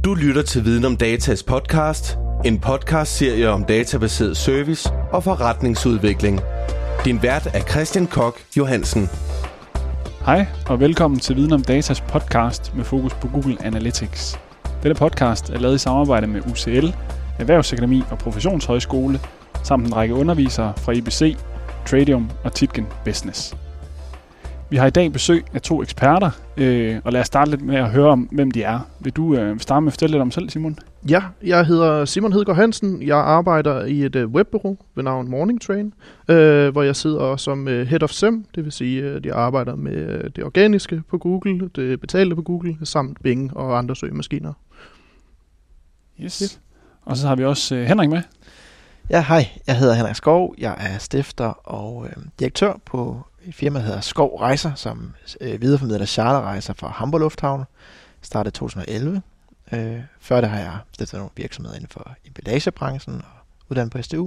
Du lytter til Viden om Datas podcast, en podcastserie om databaseret service og forretningsudvikling. Din vært er Christian Kok Johansen. Hej og velkommen til Viden om Datas podcast med fokus på Google Analytics. Denne podcast er lavet i samarbejde med UCL, Erhvervsakademi og Professionshøjskole, samt en række undervisere fra IBC, Tradium og Tietgen Business. Vi har i dag besøg af to eksperter, og lad os starte lidt med at høre om, hvem de er. Vil du starte med at fortælle lidt om selv, Simon? Ja, jeg hedder Simon Hedegaard Hansen. Jeg arbejder i et webbureau ved navn Morning Train, hvor jeg sidder som Head of SEM, det vil sige, at jeg arbejder med det organiske på Google, det betalte på Google, samt Bing og andre søgemaskiner. Yes. Og så har vi også Henrik med. Ja, hej. Jeg hedder Henrik Skov. Jeg er stifter og direktør på et firma, der hedder Skov Rejser, som videreformidler charterrejser fra Hamburg Lufthavn. Startede 2011. Før det har jeg stiftet nogle virksomheder inden for emballagebranchen og uddannet på SDU.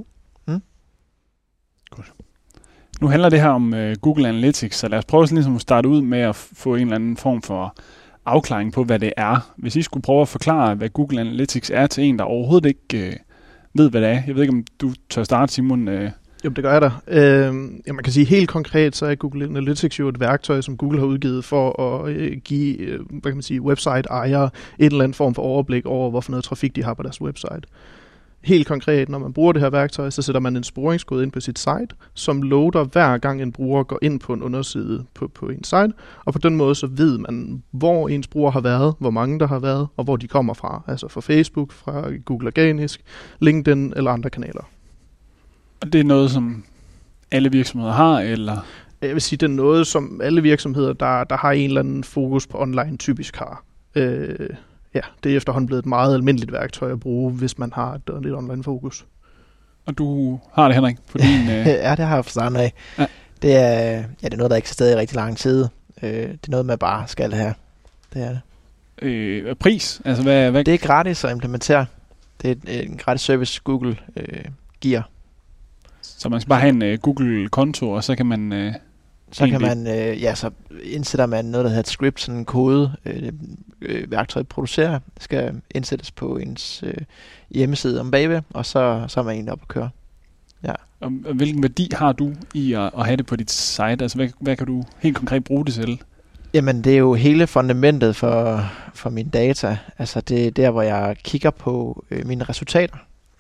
Godt. Nu handler det her om Google Analytics, så lad os prøve sådan ligesom at starte ud med at få en eller anden form for afklaring på, hvad det er. Hvis I skulle prøve at forklare, hvad Google Analytics er til en, der overhovedet ikke ved, hvad det er. Jeg ved ikke, om du tør starte, Simon. Jo, det gør jeg da. Man kan sige helt konkret, så er Google Analytics jo et værktøj, som Google har udgivet for at give website-ejere en eller anden form for overblik over, hvorfor noget trafik de har på deres website. Helt konkret, når man bruger det her værktøj, så sætter man en sporingskode ind på sit site, som loader hver gang en bruger går ind på en underside på en site, og på den måde så ved man, hvor ens bruger har været, hvor mange der har været, og hvor de kommer fra. Altså fra Facebook, fra Google Organisk, LinkedIn eller andre kanaler. Og det er noget, som alle virksomheder har, eller? Jeg vil sige, det er noget, som alle virksomheder, der har en eller anden fokus på online, typisk har. Ja, det er efterhånden blevet et meget almindeligt værktøj at bruge, hvis man har et lidt online fokus. Og du har det, Henrik, på din... Ja, det har jeg forstået af. Ja. Det er noget, der ikke eksisterer i rigtig lang tid. Det er noget, man bare skal have. Det er det. Pris? Altså, hvad? Det er gratis at implementere. Det er en gratis service, Google giver. Så man skal bare have en Google-konto, og så kan man... så indsætter man noget, der hedder et script, sådan en kode, værktøjet producerer, skal indsættes på ens hjemmeside om bagved, og så er man egentlig op at køre. Ja. Og hvilken værdi har du i at have det på dit site? Altså, hvad kan du helt konkret bruge det til? Jamen, det er jo hele fundamentet for mine data. Altså, det er der, hvor jeg kigger på mine resultater.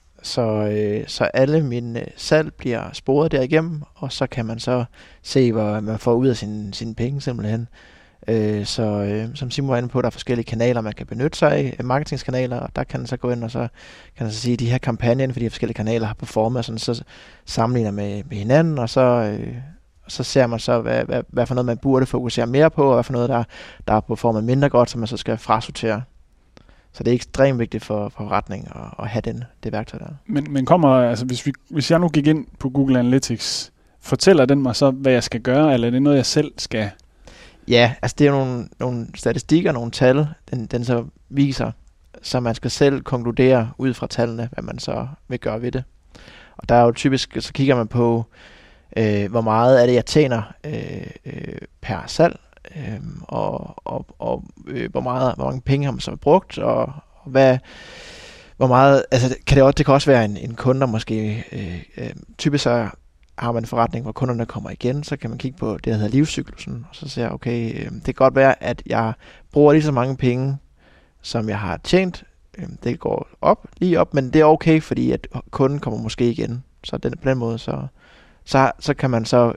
Så alle mine salg bliver sporet derigennem, og så kan man så se, hvor man får ud af sine penge simpelthen. Som Simon var inde på, der er forskellige kanaler, man kan benytte sig af, marketingskanaler, og der kan man så gå ind og så kan man så sige, at de her kampagner for de her forskellige kanaler har performet, sådan, så sammenligner med hinanden, og så ser man så, hvad for noget man burde fokusere mere på, og hvad for noget, der performer mindre godt, som man så skal frasortere. Så det er ekstremt vigtigt for forretning at have det værktøj der. Men kommer, altså hvis jeg nu gik ind på Google Analytics, fortæller den mig så, hvad jeg skal gøre, eller er det noget, jeg selv skal? Ja, altså det er jo nogle statistikker, nogle tal, den så viser, så man skal selv konkludere ud fra tallene, hvad man så vil gøre ved det. Og der er jo typisk, så kigger man på, hvor meget er det, jeg tjener per salg, og hvor mange penge har man så brugt, og hvor meget, altså det kan også være en kunde, der måske typisk så har man en forretning, hvor kunderne kommer igen, så kan man kigge på det, der hedder livscyklusen, og så siger okay, det kan godt være, at jeg bruger lige så mange penge, som jeg har tjent. Det går lige op, men det er okay, fordi at kunden kommer måske igen. Så på den måde, så kan man så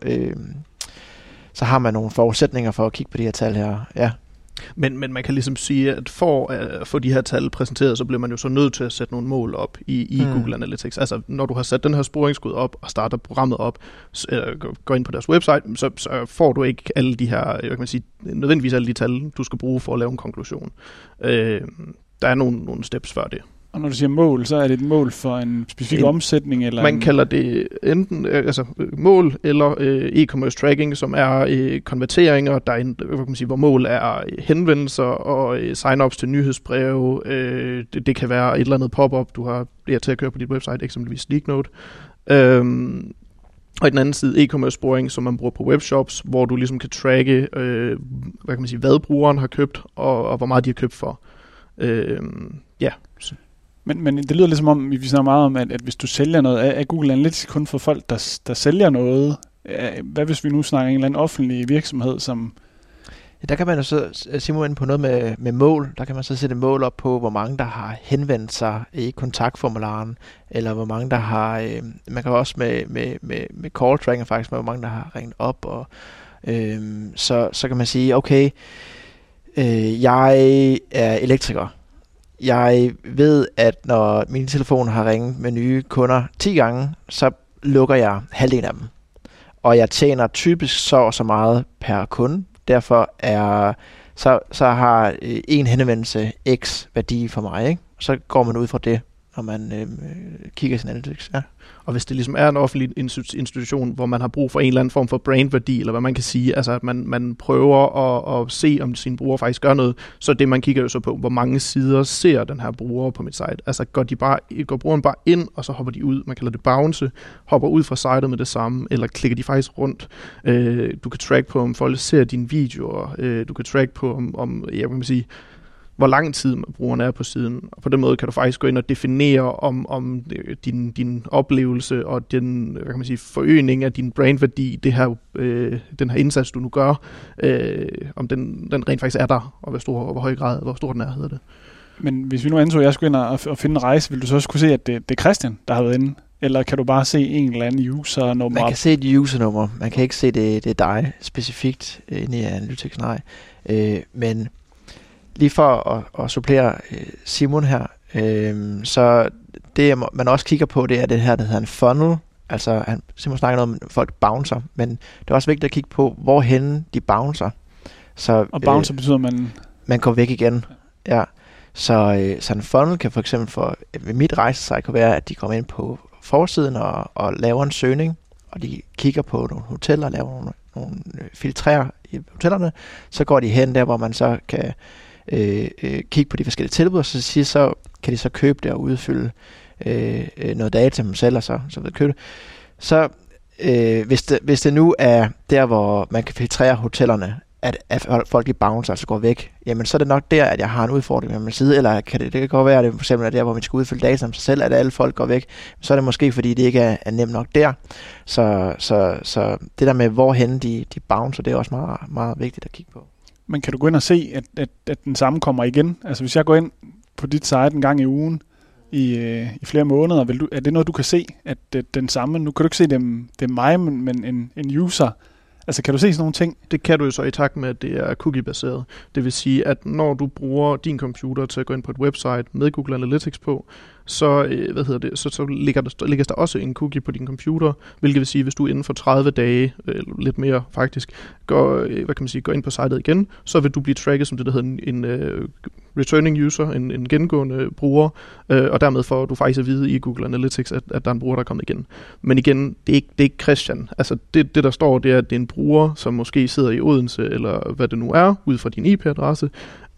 har man nogle forudsætninger for at kigge på de her tal her. Ja. Men man kan ligesom sige, at for at få de her tal præsenteret, så bliver man jo så nødt til at sætte nogle mål op i Google Analytics. Altså, når du har sat den her sporingskode op og starter programmet op, går ind på deres website, så får du ikke alle de her, nødvendigvis alle de tal, du skal bruge for at lave en konklusion. Der er nogle steps før det. Og når du siger mål, så er det et mål for en specifik omsætning? Eller man kalder det enten mål eller e-commerce tracking, som er konverteringer, der er, hvor mål er henvendelser og sign-ups til nyhedsbreve. Det kan være et eller andet pop-up, du har til at køre på dit website, eksempelvis Leadnote. Og i den anden side e-commerce sporing, som man bruger på webshops, hvor du ligesom kan tracke, hvad brugeren har købt, og hvor meget de har købt for. Ja. Men det lyder lidt som om, vi snakker meget om, at hvis du sælger noget, er Google Analytics kun for folk, der sælger noget? Hvad hvis vi nu snakker en eller anden offentlig virksomhed, som... Ja, der kan man jo så simulere ind på noget med mål. Der kan man så sætte mål op på, hvor mange der har henvendt sig i kontaktformularen, eller hvor mange der har... man kan også med call tracking faktisk, med hvor mange der har ringet op, og så kan man sige, okay, jeg er elektriker. Jeg ved, at når min telefon har ringet med nye kunder 10 gange, så lukker jeg halvdelen af dem. Og jeg tjener typisk så meget per kunde. Derfor så har en henvendelse x værdi for mig, ikke? Så går man ud fra det, når man kigger sin analytics. Ja. Og hvis det ligesom er en offentlig institution, hvor man har brug for en eller anden form for brandværdi, eller hvad man kan sige, altså at man prøver at se, om sine brugere faktisk gør noget, så det man kigger jo så på, hvor mange sider ser den her bruger på mit site. Altså går brugeren bare ind, og så hopper de ud, man kalder det bounce, hopper ud fra sitet med det samme, eller klikker de faktisk rundt. Du kan track på, om folk ser dine videoer, du kan track på, om jeg vil sige, hvor lang tid brugeren er på siden. Og på den måde kan du faktisk gå ind og definere om din oplevelse og den, hvad kan man sige, forøgning af din brandværdi, den her indsats, du nu gør, om den rent faktisk er der, og hvor høj grad, hvor stor den er, hedder det. Men hvis vi nu antog, at jeg skulle ind og finde en rejse, vil du så også kunne se, at det er Christian, der har været inde? Eller kan du bare se en eller anden usernummer? Man kan se et usernummer. Man kan ikke se, det er dig specifikt inde i Analytics, nej. Men lige for at supplere Simon her, så det man også kigger på, det er det her, der hedder en funnel. Altså, Simon snakker om, at folk bouncer, men det er også vigtigt at kigge på, hvorhen de bouncer. Så, og bouncer betyder, man går væk igen. Ja. Så en funnel kan for eksempel ved mit rejsesite kan være, at de kommer ind på forsiden og laver en søgning, og de kigger på nogle hoteller og laver nogle filtrerer i hotellerne, så går de hen der, hvor man så kan kigge på de forskellige tilbud, og så kan de så købe det og udfylde noget data dem selv, og så vil købe det. Så hvis det nu er der, hvor man kan filtrere hotellerne, at folk i bounce altså går væk, jamen så er det nok der, at jeg har en udfordring med min side, eller det kan godt være, at det for eksempel er der, hvor man skal udfylde data om sig selv, at alle folk går væk, så er det måske, fordi det ikke er nemt nok der. Så det der med, hvorhen de bouncer, det er også meget, meget vigtigt at kigge på. Men kan du gå ind og se, at den samme kommer igen? Altså hvis jeg går ind på dit site en gang i ugen, i flere måneder, er det noget, du kan se, at den samme, nu kan du ikke se, det er mig, men en user. Altså kan du se sådan nogle ting? Det kan du jo så i takt med, at det er cookie-baseret. Det vil sige, at når du bruger din computer til at gå ind på et website med Google Analytics på, så ligger der også en cookie på din computer, hvilket vil sige, hvis du inden for 30 dage, lidt mere faktisk, går ind på sitet igen, så vil du blive tracket som det, der hedder en returning user, en gengående bruger, og dermed får du faktisk at vide i Google Analytics, at der er en bruger, der er kommet igen. Men igen, det er ikke Christian. Altså det der står, det er, at det er en bruger, som måske sidder i Odense, eller hvad det nu er, ud fra din IP-adresse.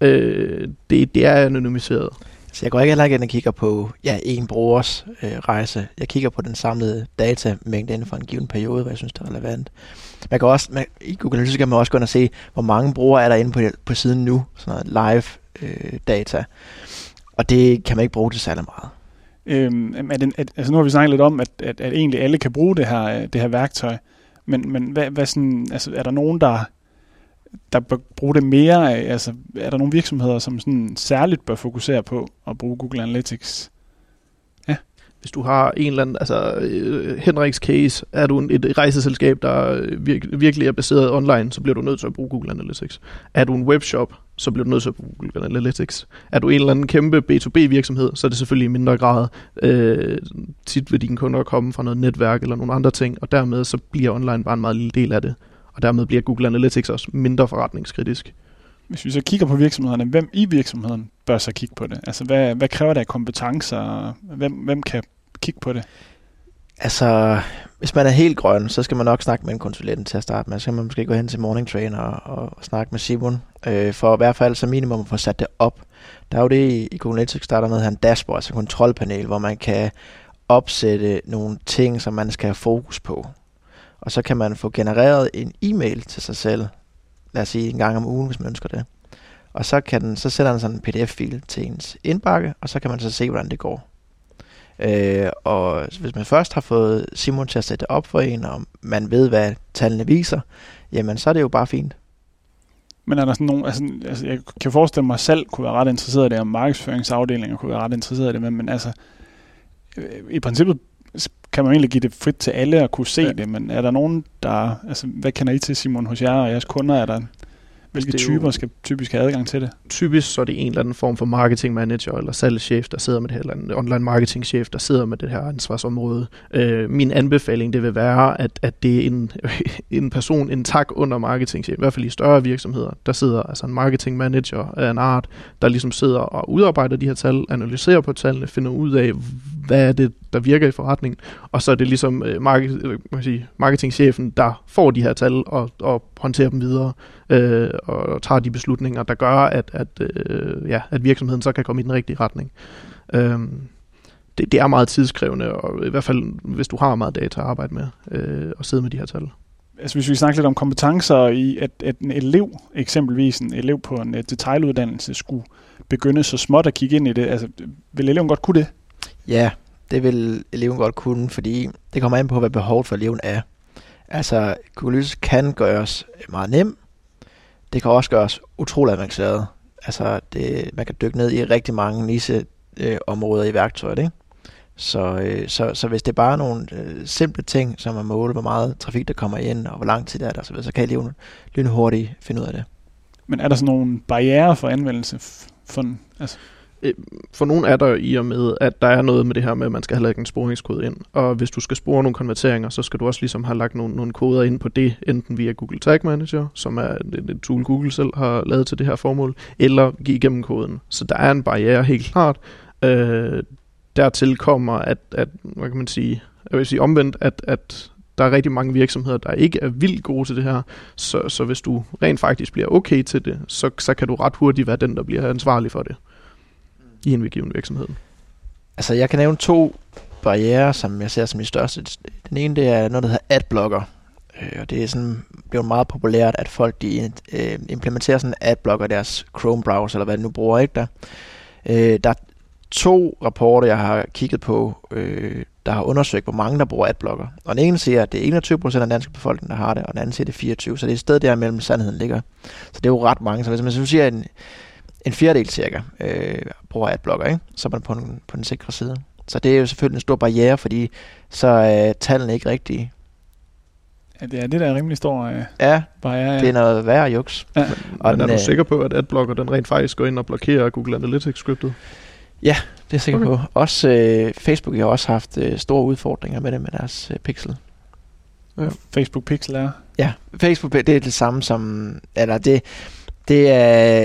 Det er anonymiseret. Så jeg går ikke heller ind og kigger på en brugers rejse. Jeg kigger på den samlede datamængde inden for en given periode, hvad jeg synes, det er relevant. Man kan også, i Google Analytics kan man også gå ind og se, hvor mange brugere er der inde på siden nu, sådan noget live data. Og det kan man ikke bruge til særlig meget. Altså nu har vi snakket lidt om, at egentlig alle kan bruge det her værktøj. Men hvad sådan, altså er der nogen, der bør bruge det mere? Altså er der nogle virksomheder, som sådan særligt bør fokusere på at bruge Google Analytics? Ja. Hvis du har en eller anden, altså Henriks case, er du et rejseselskab, der virkelig er baseret online, så bliver du nødt til at bruge Google Analytics. Er du en webshop, så bliver du nødt til at bruge Google Analytics. Er du en eller anden kæmpe B2B-virksomhed, så er det selvfølgelig i mindre grad. Tit vil dine kunder komme fra noget netværk eller nogle andre ting, og dermed så bliver online bare en meget lille del af det. Og dermed bliver Google Analytics også mindre forretningskritisk. Hvis vi så kigger på virksomhederne, hvem i virksomheden bør så kigge på det? Altså hvad kræver det af kompetencer? Hvem kan kigge på det? Altså, hvis man er helt grøn, så skal man nok snakke med en konsulent til at starte med. Så skal man måske gå hen til Morning Trainer og snakke med Simon, for i hvert fald så minimum at få sat det op. Der er jo det i Google Analytics, der er noget her en dashboard, altså kontrolpanel, hvor man kan opsætte nogle ting, som man skal have fokus på. Og så kan man få genereret en e-mail til sig selv, lad os sige en gang om ugen, hvis man ønsker det. Og så sender den sådan en pdf-fil til ens indbakke, og så kan man så se, hvordan det går. Og hvis man først har fået Simon til at sætte op for en, og man ved, hvad tallene viser, jamen så er det jo bare fint. Men er der sådan nogle, altså jeg kan forestille mig selv kunne være ret interesseret i det, og markedsføringsafdelinger kunne være ret interesseret i det, men altså i princippet kan man egentlig give det frit til alle at kunne se det, men er der nogen, der, altså hvad kender I til, Simon, hos jer og jeres kunder, er der hvilke typer skal typisk have adgang til det? Typisk så er det en eller anden form for marketing manager eller salgschef, der sidder med det her, eller en online marketing chef, der sidder med det her ansvarsområde. Min anbefaling, det vil være, at det er en person, en tak under marketingchef, i hvert fald i større virksomheder. Der sidder altså en marketing manager af en art, der ligesom sidder og udarbejder de her tal, analyserer på tallene, finder ud af, hvad er det, der virker i forretningen, og så er det ligesom marketingchefen, der får de her tal og håndterer dem videre, og tager de beslutninger, der gør, at virksomheden så kan komme i den rigtige retning. Det er meget tidskrævende, og i hvert fald, hvis du har meget data at arbejde med, og sidde med de her tal. Altså hvis vi snakker lidt om kompetencer i, at en elev, eksempelvis en elev på en detailuddannelse, skulle begynde så småt at kigge ind i det, altså vil eleven godt kunne det? Ja, det vil eleven godt kunne, fordi det kommer an på, hvad behovet for eleven er. Altså, Google Analytics kan gøres meget nem. Det kan også gøres utrolig avanceret. Altså, man kan dykke ned i rigtig mange niche-områder i værktøjet, ikke? Så hvis det er bare nogle simple ting, som at måle, hvor meget trafik der kommer ind, og hvor lang tid der er der, så kan eleven lynhurtigt finde ud af det. Men er der sådan nogle barrierer for anvendelse? For nogen er der i og med, at der er noget med det her med, at man skal have lagt en sporingskode ind. Og hvis du skal spore nogle konverteringer, så skal du også ligesom have lagt nogle koder ind på det, enten via Google Tag Manager, som er et tool, Google selv har lavet til det her formål, eller give igennem koden. Så der er en barriere helt klart. Dertil kommer, at hvad kan man sige, jeg vil sige omvendt, at der er rigtig mange virksomheder, der ikke er vildt gode til det her, så hvis du rent faktisk bliver okay til det, så kan du ret hurtigt være den, der bliver ansvarlig for det i en given virksomhed. Altså jeg kan nævne 2 barrierer, som jeg ser som de største. Den ene, det er noget, der hedder adblocker. Og det er sådan blevet meget populært, at folk de implementerer sådan en adblocker i deres Chrome-browser, eller hvad de nu bruger, ikke der. Der er 2 rapporter, jeg har kigget på, der har undersøgt, hvor mange der bruger adblocker. Og den ene siger, at det er 21% af den danske befolkning, der har det, og den anden siger, det er 24%. Så det er et sted der mellem sandheden ligger. Så det er jo ret mange. Så hvis man siger, en fjerdedel cirka bruger adblocker, ikke? Så er man på den sikre side. Så det er jo selvfølgelig en stor barriere, fordi så er tallene ikke rigtige. Ja, det er det, der er rimelig stor barriere. Ja. Det er noget værre juks. Ja. Men er du sikker på, at adblocker den rent faktisk går ind og blokerer Google Analytics-skriptet? Ja, det er jeg sikker på. Også Facebook har også haft store udfordringer med det med deres Pixel. Ja. Facebook Pixel er? Ja, Facebook det er det samme som, eller det er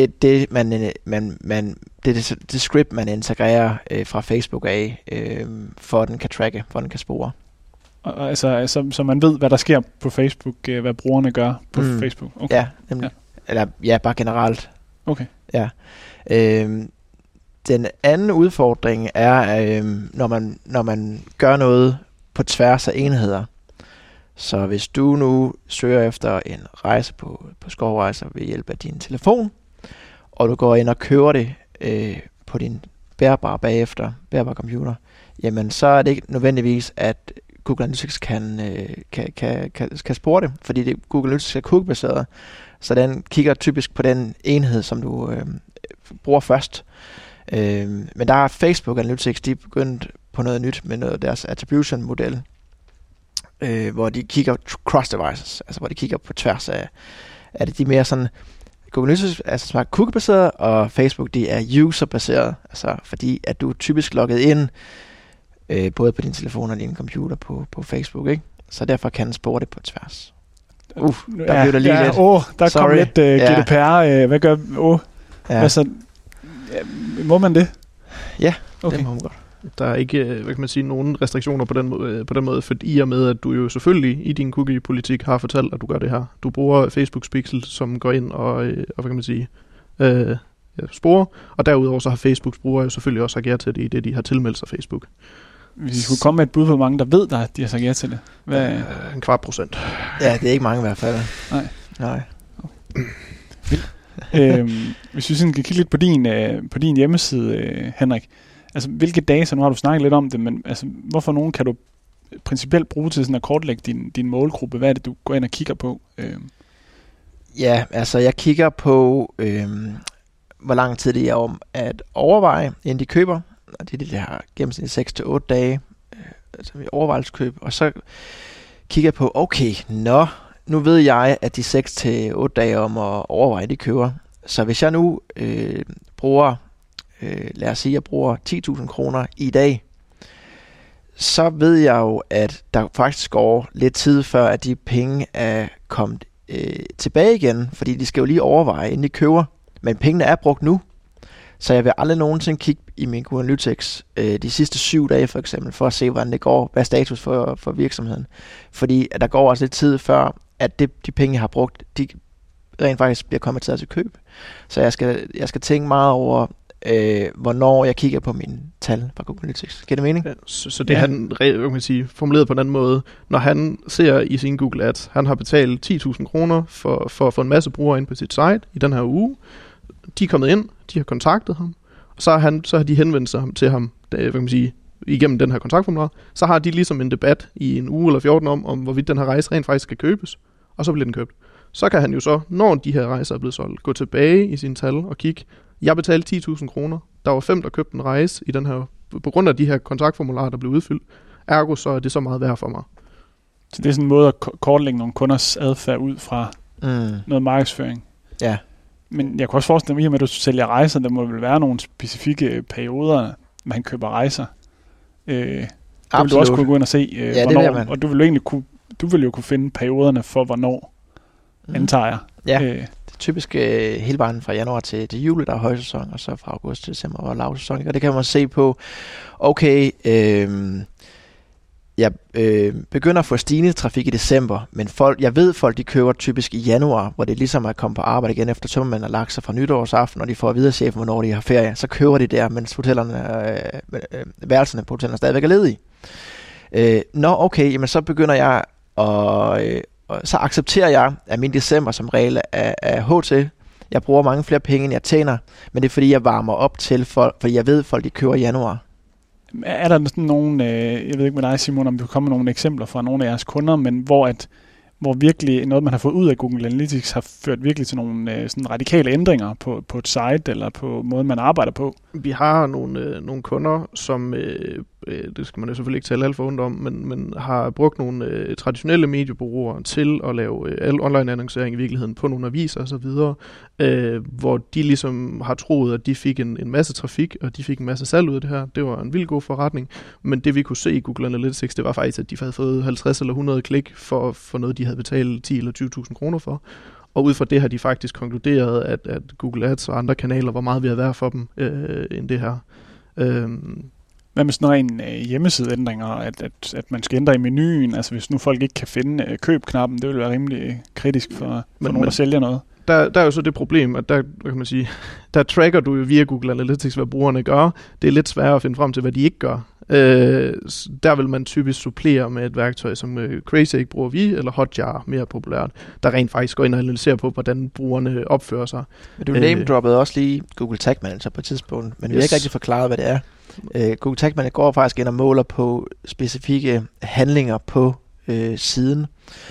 det script, man integrerer fra Facebook af, for at den kan tracke, for at den kan spore. Altså, så man ved, hvad der sker på Facebook, hvad brugerne gør på Facebook? Okay. Ja, nemlig. Ja. Eller bare generelt. Okay. Ja. Den anden udfordring er, når man gør noget på tværs af enheder. Så hvis du nu søger efter en rejse på skovrejser ved hjælp af din telefon, og du går ind og køber det på din bærbare computer, jamen så er det ikke nødvendigvis, at Google Analytics kan spore det, fordi Google Analytics er cookie-baseret, så den kigger typisk på den enhed, som du bruger først. Men der er Facebook Analytics, de er begyndt på noget nyt med noget af deres attribution-model, hvor de kigger cross-devices, altså hvor de kigger på tværs af det. De mere sådan, Google Analytics er smart cookie-baseret, og Facebook, de er user-baseret, altså fordi at du er typisk logget ind, både på din telefon og din computer på Facebook, ikke? Så derfor kan den spore det på tværs. Der blev der lige lidt. Der Sorry. Kom lidt GDPR. Hvad gør Altså, må man det? Ja, okay. Det må man godt. Der er ikke, hvad kan man sige, nogen restriktioner på den måde, fordi i og med, at du jo selvfølgelig i din cookie-politik har fortalt, at du gør det her. Du bruger Facebooks Pixel, som går ind og hvad kan man sige, sporer, og derudover så har Facebooks brugere jo selvfølgelig også sagt ja til det, i det de har tilmeldt sig Facebook. Hvis I skulle komme med et bud på, hvor mange der ved, at de har sagt ja til det? Hvad? 0,25%. Ja, det er ikke mange i hvert fald. Nej. Okay. Hvis vi sådan kan kigge lidt på din hjemmeside, Henrik, altså hvilke data, nu har du snakket lidt om det, men altså, hvorfor nogen kan du principielt bruge til sådan at kortlægge din målgruppe? Hvad er det, du går ind og kigger på? Ja, altså jeg kigger på, hvor lang tid det er om at overveje, inden de køber. Og det er det, der har gennemsnitligt 6-8 dage, altså overvejelseskøb. Og så kigger jeg på, okay, nu ved jeg, at de 6-8 dage om at overveje, de køber. Så hvis jeg nu bruger, lad os sige, jeg bruger 10.000 kroner i dag, så ved jeg jo, at der faktisk går lidt tid før, at de penge er kommet tilbage igen, fordi de skal jo lige overveje, inden de køber. Men pengene er brugt nu, så jeg vil aldrig nogensinde kigge i min Google Analytics de sidste 7 dage for eksempel, for at se, hvordan det går, hvad er status for virksomheden. Fordi at der går også lidt tid før, at de penge, jeg har brugt, de rent faktisk bliver konverteret til køb. Så jeg skal tænke meget over, hvornår jeg kigger på mine tal fra Google Analytics. Giver det mening? Ja, så det han kan man sige, formuleret på en anden måde, når han ser i sin Google Ads, han har betalt 10.000 kroner for at få en masse brugere ind på sit site i den her uge. De er kommet ind, de har kontaktet ham, og så har de henvendt sig til ham, kan man sige, igennem den her kontaktformular. Så har de ligesom en debat i en uge eller 14 om hvorvidt den her rejse rent faktisk skal købes, og så bliver den købt. Så kan han jo så, når de her rejser er blevet solgt, gå tilbage i sine tal og kigge. Jeg betalte 10.000 kroner. Der var 5, der købte en rejse i den her, på grund af de her kontaktformularer, der blev udfyldt. Ergo så er det så meget værd for mig. Så det er sådan en måde at kortlægge nogle kunders adfærd ud fra noget markedsføring. Ja. Men jeg kan også forestille mig, at du sælger rejser, der må vel være nogle specifikke perioder, man køber rejser. Det vil du også kunne gå ind og se, hvornår. Og du vil jo kunne finde perioderne for, hvornår, antager jeg. Ja, det er typisk hele vejen fra januar til juli, der er højsæson, og så fra august til december, hvor er lavsæson. Og det kan man se på, okay, jeg begynder at få stigende trafik i december, men jeg ved, folk de køber typisk i januar, hvor det ligesom er at komme på arbejde igen efter tømmermænd og lagt sig fra nytårsaften, og de får at vide af chefen, hvornår de har ferie. Så køber de der, mens værelserne på hotellerne stadigvæk er ledige. Okay, jamen så begynder jeg så accepterer jeg, at min december som regel er HT. Jeg bruger mange flere penge, end jeg tjener, men det er fordi, jeg varmer op til folk, fordi jeg ved, at folk de køber i januar. Er der sådan nogle, jeg ved ikke med dig, Simon, om du kommer med nogle eksempler fra nogle af jeres kunder, men hvor virkelig noget, man har fået ud af Google Analytics, har ført virkelig til nogle sådan radikale ændringer på et site, eller på måden, man arbejder på? Vi har nogle kunder, som, det skal man jo selvfølgelig ikke tale alt for ondt om, men har brugt nogle traditionelle mediebureauer til at lave online-annoncering i virkeligheden på nogle aviser osv., hvor de ligesom har troet, at de fik en masse trafik, og de fik en masse salg ud af det her. Det var en vildt god forretning, men det vi kunne se i Google Analytics, det var faktisk, at de havde fået 50 eller 100 klik for noget, de havde betalt 10 eller 20.000 kroner for. Og ud fra det har de faktisk konkluderet, at Google Ads og andre kanaler var meget ved at være for dem end det her. Hvad med sådan en hjemmesideændringer, at man skal ændre i menuen? Altså hvis nu folk ikke kan finde køb-knappen, det vil være rimelig kritisk for nogen, der sælger noget. Der er jo så det problem, at der kan man sige, der tracker du jo via Google Analytics, hvad brugerne gør. Det er lidt sværere at finde frem til, hvad de ikke gør. Der vil man typisk supplere med et værktøj, som Crazy ikke bruger vi, eller Hotjar, mere populært, der rent faktisk går ind og analyserer på, hvordan brugerne opfører sig. Du name-droppede også lige Google Tag Manager på et tidspunkt, men vi har ikke rigtig forklaret, hvad det er. Google Tag Manager går faktisk ind og måler på specifikke handlinger på siden.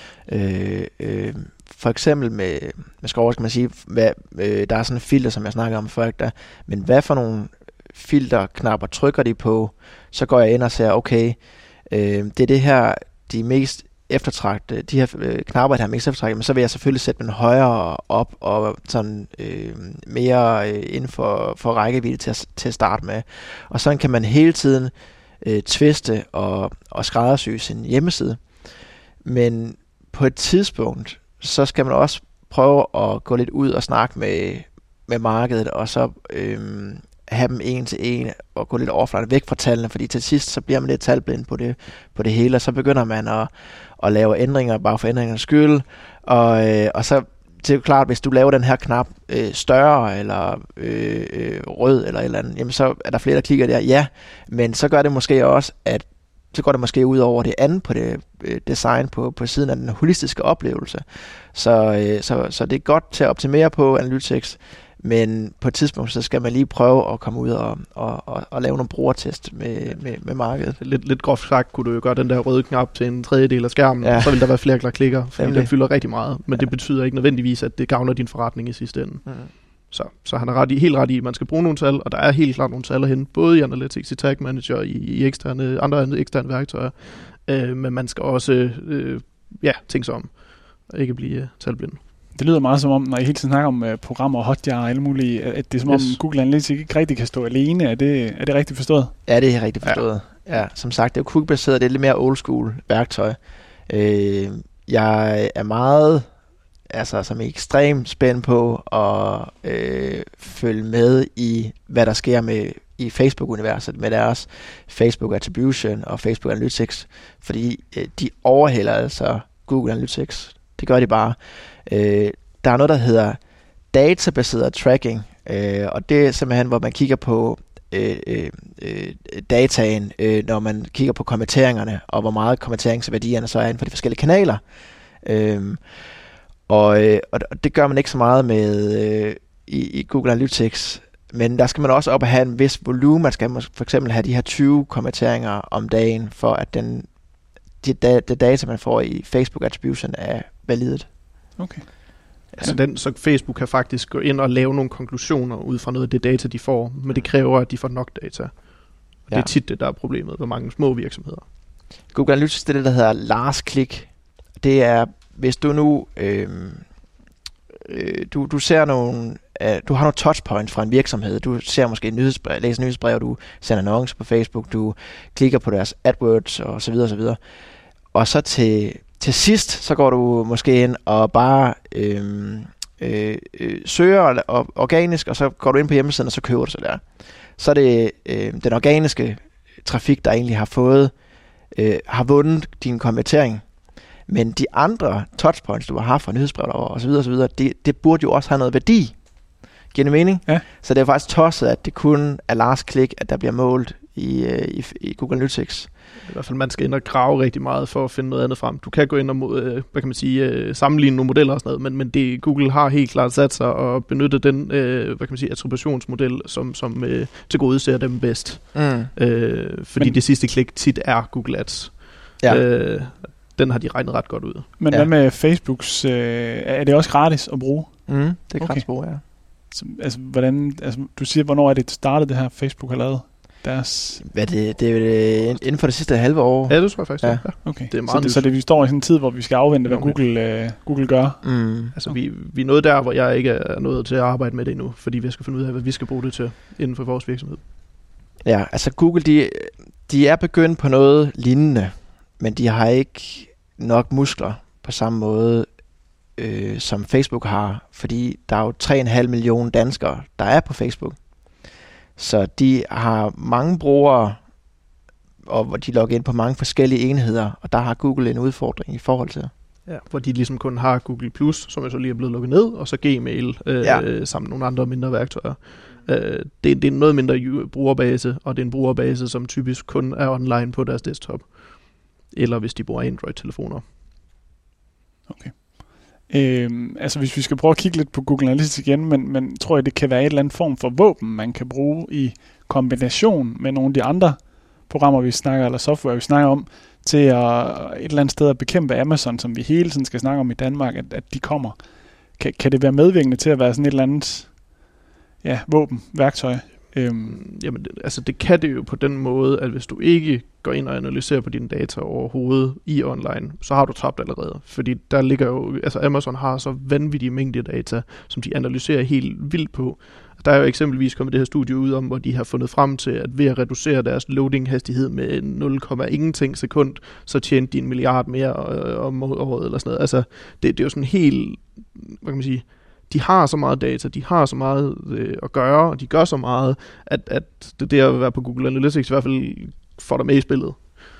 For eksempel med Skov, skal man sige, der er sådan en filter, som jeg snakker om før, men hvad for nogle filterknapper trykker de på, så går jeg ind og siger, okay, det er det her, de mest eftertragtede, de her knapper, der er mest eftertragtede, men så vil jeg selvfølgelig sætte dem højere op, og sådan mere inden for rækkevidde til at starte med. Og sådan kan man hele tiden twiste og skræddersy sin hjemmeside. Men på et tidspunkt, så skal man også prøve at gå lidt ud og snakke med markedet, og så have dem en til en, og gå lidt offline væk fra tallene, fordi til sidst, så bliver man lidt talblind på det hele, og så begynder man at lave ændringer, bare for ændringernes skyld, og så det er jo klart, hvis du laver den her knap større, eller rød, eller et eller andet, jamen så er der flere, der klikker der, ja, men så gør det måske også, at så går det måske ud over det andet på det design på siden af den holistiske oplevelse. Så det er godt til at optimere på Analytics, men på et tidspunkt, så skal man lige prøve at komme ud og lave nogle brugertest med markedet. Lidt groft sagt kunne du jo gøre den der røde knap til en tredjedel af skærmen, og så vil der være flere klikker, fordi den fylder rigtig meget. Men det betyder ikke nødvendigvis, at det gavner din forretning i sidste ende. Så han er helt ret i, at man skal bruge nogle tal, og der er helt klart nogle tal at hente, både i Analytics, i Tag Manager, i andre eksterne værktøjer, men man skal også tænke sig om, og ikke blive talblind. Det lyder meget som om, når I hele tiden snakker om programmer og Hotjar og alle mulige, at det er som om Google Analytics ikke rigtig kan stå alene. Er det rigtigt forstået? Ja, det er rigtigt forstået. Ja, som sagt, det er jo quick-baseret, det er lidt mere old school værktøj. Jeg er meget, som er ekstremt spændt på at følge med i, hvad der sker i Facebook-universet med deres Facebook Attribution og Facebook Analytics, fordi de overhælder altså Google Analytics. Det gør de bare. Der er noget, der hedder databaseret tracking, og det er simpelthen, hvor man kigger på dataen, når man kigger på kommenteringerne, og hvor meget kommenteringsværdierne så er inden for de forskellige kanaler. Og det gør man ikke så meget med i Google Analytics, men der skal man også op og have en vis volumen. Man skal for eksempel have de her 20 kommenteringer om dagen, for at det data, man får i Facebook Attribution, er validet. Okay. Så Facebook kan faktisk gå ind og lave nogle konklusioner ud fra noget af det data, de får, men det kræver, at de får nok data. Og det er tit det, der er problemet for mange små virksomheder. Google Analytics, det er det, der hedder last click. Det er, hvis du nu du ser nogle, du har nogle touchpoints fra en virksomhed. Du ser måske læser nyhedsbrev, du sender annoncer på Facebook, du klikker på deres AdWords og så videre og så videre. Og så til sidst, så går du måske ind og bare søger organisk, og så går du ind på hjemmesiden, og så køber du så der. Så er det den organiske trafik, der egentlig har vundet din konvertering. Men de andre touchpoints, du har fra nyhedsbrev og så videre, det burde jo også have noget værdi. Giver det mening? Ja. Så det er faktisk tosset, at det kun er last click, at der bliver målt i Google Analytics. I hvert fald, man skal ind og grave rigtig meget for at finde noget andet frem. Du kan gå ind og sammenligne nogle modeller og sådan noget, men Google har helt klart sat sig og benyttet den attributionsmodel, som tilgodeser dem bedst. Fordi det sidste klik tit er Google Ads. Ja. Den har de regnet ret godt ud. Men hvad med Facebooks? Er det også gratis at bruge? Det er gratis at bruge, ja. Så, du siger, hvornår er det startet, det her Facebook har lavet? Deres... Det er inden for det sidste halve år. Ja, det tror jeg faktisk. Ja. Okay. Det er meget så vi står i sådan en tid, hvor vi skal afvente, hvad Google gør. Altså, vi er nået der, hvor jeg ikke er nået til at arbejde med det endnu, fordi vi skal finde ud af, hvad vi skal bruge det til inden for vores virksomhed. Ja, altså Google, de er begyndt på noget lignende, men de har ikke nok muskler på samme måde, som Facebook har, fordi der er jo 3,5 millioner danskere, der er på Facebook. Så de har mange brugere, og hvor de logger ind på mange forskellige enheder, og der har Google en udfordring i forhold til. Ja, hvor de ligesom kun har Google+, som jo så lige er blevet lukket ned, og så Gmail sammen med nogle andre mindre værktøjer. Det er en noget mindre brugerbase, og det er en brugerbase, som typisk kun er online på deres desktop, eller hvis de bruger Android-telefoner. Okay. Hvis vi skal prøve at kigge lidt på Google Analytics igen, men tror jeg, det kan være et eller andet form for våben, man kan bruge i kombination med nogle af de andre programmer, vi snakker, eller software, vi snakker om, til at et eller andet sted at bekæmpe Amazon, som vi hele tiden skal snakke om i Danmark, at de kommer. Kan det være medvirkende til at være sådan et eller andet våben, værktøj? Jamen, altså det kan det jo på den måde, at hvis du ikke går ind og analyserer på dine data overhovedet i online, så har du tabt allerede. Fordi der ligger jo, altså Amazon har så vanvittige mængder data, som de analyserer helt vildt på. Der er jo eksempelvis kommet det her studie ud om, hvor de har fundet frem til, at ved at reducere deres loading-hastighed med 0,ingenting sekund, så tjente de 1 milliard mere om året eller sådan noget. Altså, det er jo sådan helt, hvad kan man sige, de har så meget data, de har så meget at gøre, og de gør så meget, at det at være på Google Analytics i hvert fald får dig med i spillet.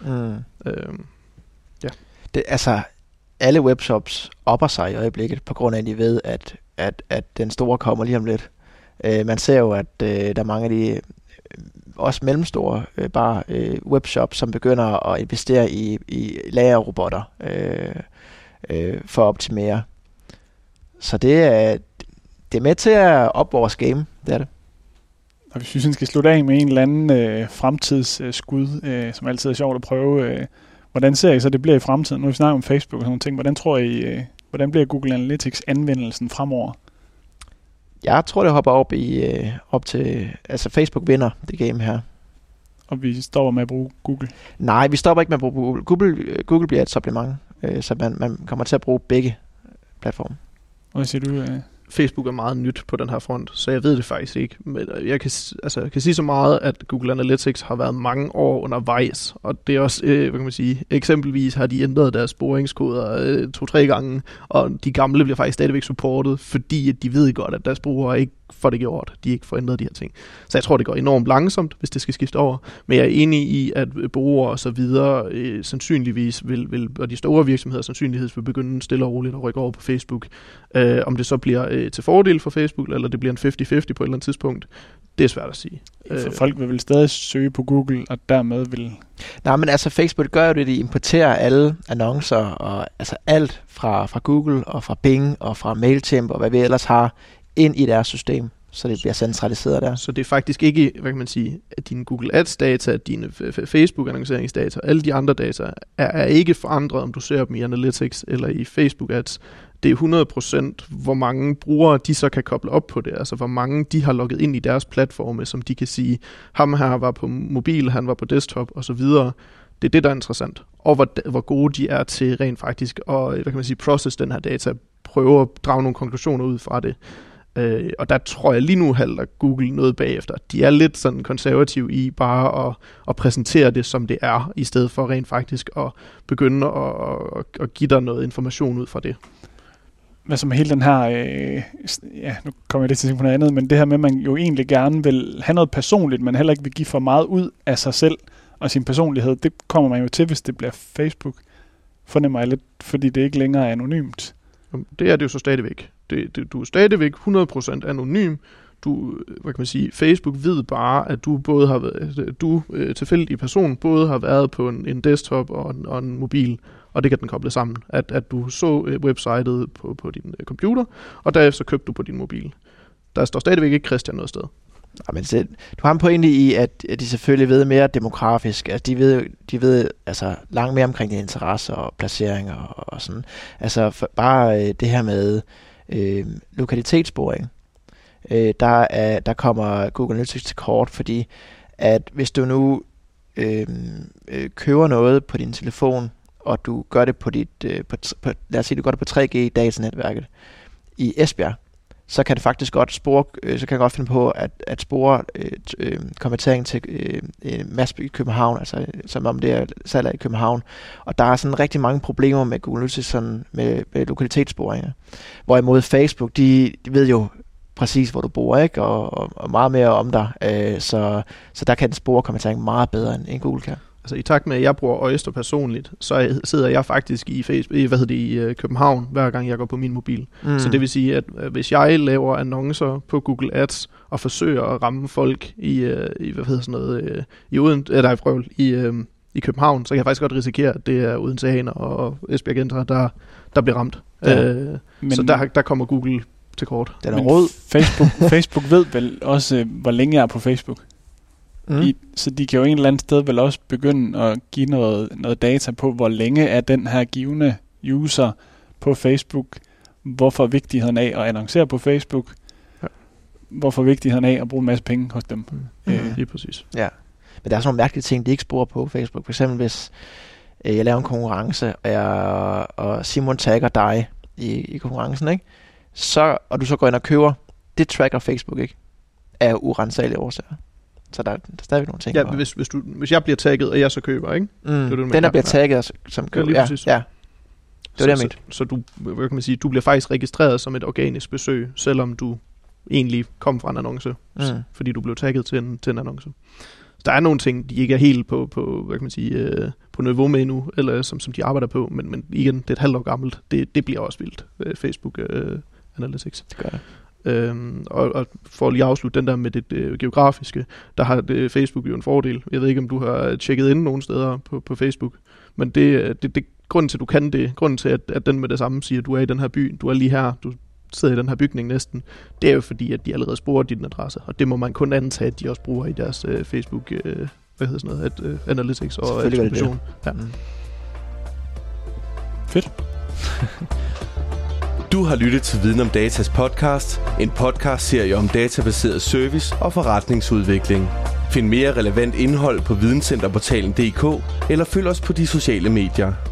Altså, alle webshops opper sig i øjeblikket, på grund af, at de ved, at den store kommer lige om lidt. Man ser jo, at der er mange af de også mellemstore webshop, som begynder at investere i lagerrobotter for at optimere. Så det er med til at op vores game, det er det. Og hvis vi skal slutte af med en eller anden fremtidsskud, som altid er sjovt at prøve, hvordan ser I så, det bliver i fremtiden? Nu vi snakker om Facebook og sådan nogle ting. Hvordan tror I, hvordan bliver Google Analytics anvendelsen fremover? Jeg tror, det hopper op til... Altså, Facebook vinder det game her. Og vi stopper med at bruge Google? Nej, vi stopper ikke med at bruge Google. Google bliver et supplement, så man kommer til at bruge begge platforme. Hvad siger du? Facebook er meget nyt på den her front, så jeg ved det faktisk ikke. Men jeg kan sige så meget, at Google Analytics har været mange år undervejs, og det er også, hvad kan man sige, eksempelvis har de ændret deres sporingskoder 2-3 gange, og de gamle bliver faktisk stadigvæk supportet, fordi de ved godt, at deres brugere ikke får det gjort. De ikke får ændret de her ting. Så jeg tror, det går enormt langsomt, hvis det skal skifte over. Men jeg er enig i, at brugere og så videre sandsynligvis og de store virksomheder sandsynligvis vil begynde stille og roligt at rykke over på Facebook. Om det så bliver til fordel for Facebook, eller det bliver en 50-50 på et eller andet tidspunkt, det er svært at sige. For folk vil vel stadig søge på Google, og dermed vil... Nej, men altså Facebook gør jo det, de importerer alle annoncer, og altså alt fra Google, og fra Bing, og fra MailChimp, og hvad vi ellers har, ind i deres system, så det bliver centraliseret der. Så det er faktisk ikke, hvad kan man sige, at dine Google Ads data, dine Facebook annonceringsdata, alle de andre data, er ikke forandret, om du ser dem i Analytics eller i Facebook Ads. Det er 100%, hvor mange brugere de så kan koble op på det, altså hvor mange de har logget ind i deres platforme, som de kan sige, ham her var på mobil, han var på desktop og så videre. Det er det, der er interessant. Og hvor gode de er til rent faktisk at, hvad kan man sige, process den her data, prøve at drage nogle konklusioner ud fra det. Og der tror jeg lige nu halter Google noget bagefter. De er lidt sådan konservative i bare at præsentere det, som det er, i stedet for rent faktisk at begynde at give dig noget information ud fra det. Hvad som hele den her, nu kommer jeg lidt til at tænke på noget andet, men det her med, at man jo egentlig gerne vil have noget personligt, men heller ikke vil give for meget ud af sig selv og sin personlighed, det kommer man jo til, hvis det bliver Facebook, fornemmer jeg lidt, fordi det ikke længere er anonymt. Det er det jo så stadigvæk. Du er stadigvæk 100% anonym. Hvad kan man sige, Facebook ved bare, at du både har været, tilfældig person, både har været på en desktop og en mobil, og det kan den koble sammen. At du så websitet på din computer, og derefter købte du på din mobil. Der står stadigvæk ikke Christian noget sted. Ja, men du har en pointe i, at de selvfølgelig ved mere demografisk. Altså, de ved altså langt mere omkring dine interesser og placeringer og sådan. Altså bare det her med lokalitetssporing. Der kommer Google Analytics til kort, fordi at hvis du nu køber noget på din telefon, og du gør det på dit, lad os sige, du gør det på 3G-datanetværket i Esbjerg, så kan det faktisk godt så kan jeg godt finde på at spore konvertering til Mads i København, altså som om det er salg i København. Og der er sådan rigtig mange problemer med Google Analytics sådan med lokalitetssporinger. Hvorimod Facebook, de ved jo præcis, hvor du bor, ikke? Og meget mere om dig. Så der kan den spore konvertering meget bedre, end Google kan. Altså i takt med, at jeg bruger Oyster personligt, så sidder jeg faktisk i København, hver gang jeg går på min mobil. Så det vil sige, at hvis jeg laver annoncer på Google Ads og forsøger at ramme folk i København, så kan jeg faktisk godt risikere, at det er Odenseaner og Esbjerg Gentra, der bliver ramt. Ja. Så der kommer Google til kort. Den er rød. Facebook ved vel også, hvor længe jeg er på Facebook. Så de kan jo en eller anden sted vel også begynde at give noget data på, hvor længe er den her givende user på Facebook, hvorfor vigtigheden af at annoncere på Facebook, hvorfor vigtigheden af at bruge en masse penge hos dem. Lige præcis. Ja, men der er sådan nogle mærkelige ting, de ikke sporer på Facebook. For eksempel hvis jeg laver en konkurrence, og Simon tagger dig i konkurrencen, ikke? Og du så går ind og køber, det tracker Facebook ikke af urensagelige årsager. Så der er stadigvæk nogle ting. Ja, hvis jeg bliver tagget, og jeg så køber, ikke? Den der bliver tagget som køber. Ja. Det var det, jeg mente. Så du, hvad kan man sige, du bliver faktisk registreret som et organisk besøg, selvom du egentlig kom fra en annonce, fordi du blev tagget til en annonce. Så der er nogle ting, de ikke er helt på hvad kan man sige, på niveau med endnu, eller som de arbejder på, men igen, det er et halvt år gammelt. Det bliver også vildt, Facebook Analytics. Det gør det. Og for lige at afslutte den der med det geografiske, der har Facebook jo en fordel. Jeg ved ikke, om du har tjekket ind nogen steder på Facebook, men det grunden til, at du kan det, grunden til, at den med det samme siger, at du er i den her by, du er lige her, du sidder i den her bygning næsten, det er jo fordi, at de allerede sporer din adresse, og det må man kun antage, at de også bruger i deres Facebook, Analytics og attribution. Ja. Fedt. Du har lyttet til Viden om Datas podcast, en podcast-serie om databaseret service og forretningsudvikling. Find mere relevant indhold på videncenterportalen.dk eller følg os på de sociale medier.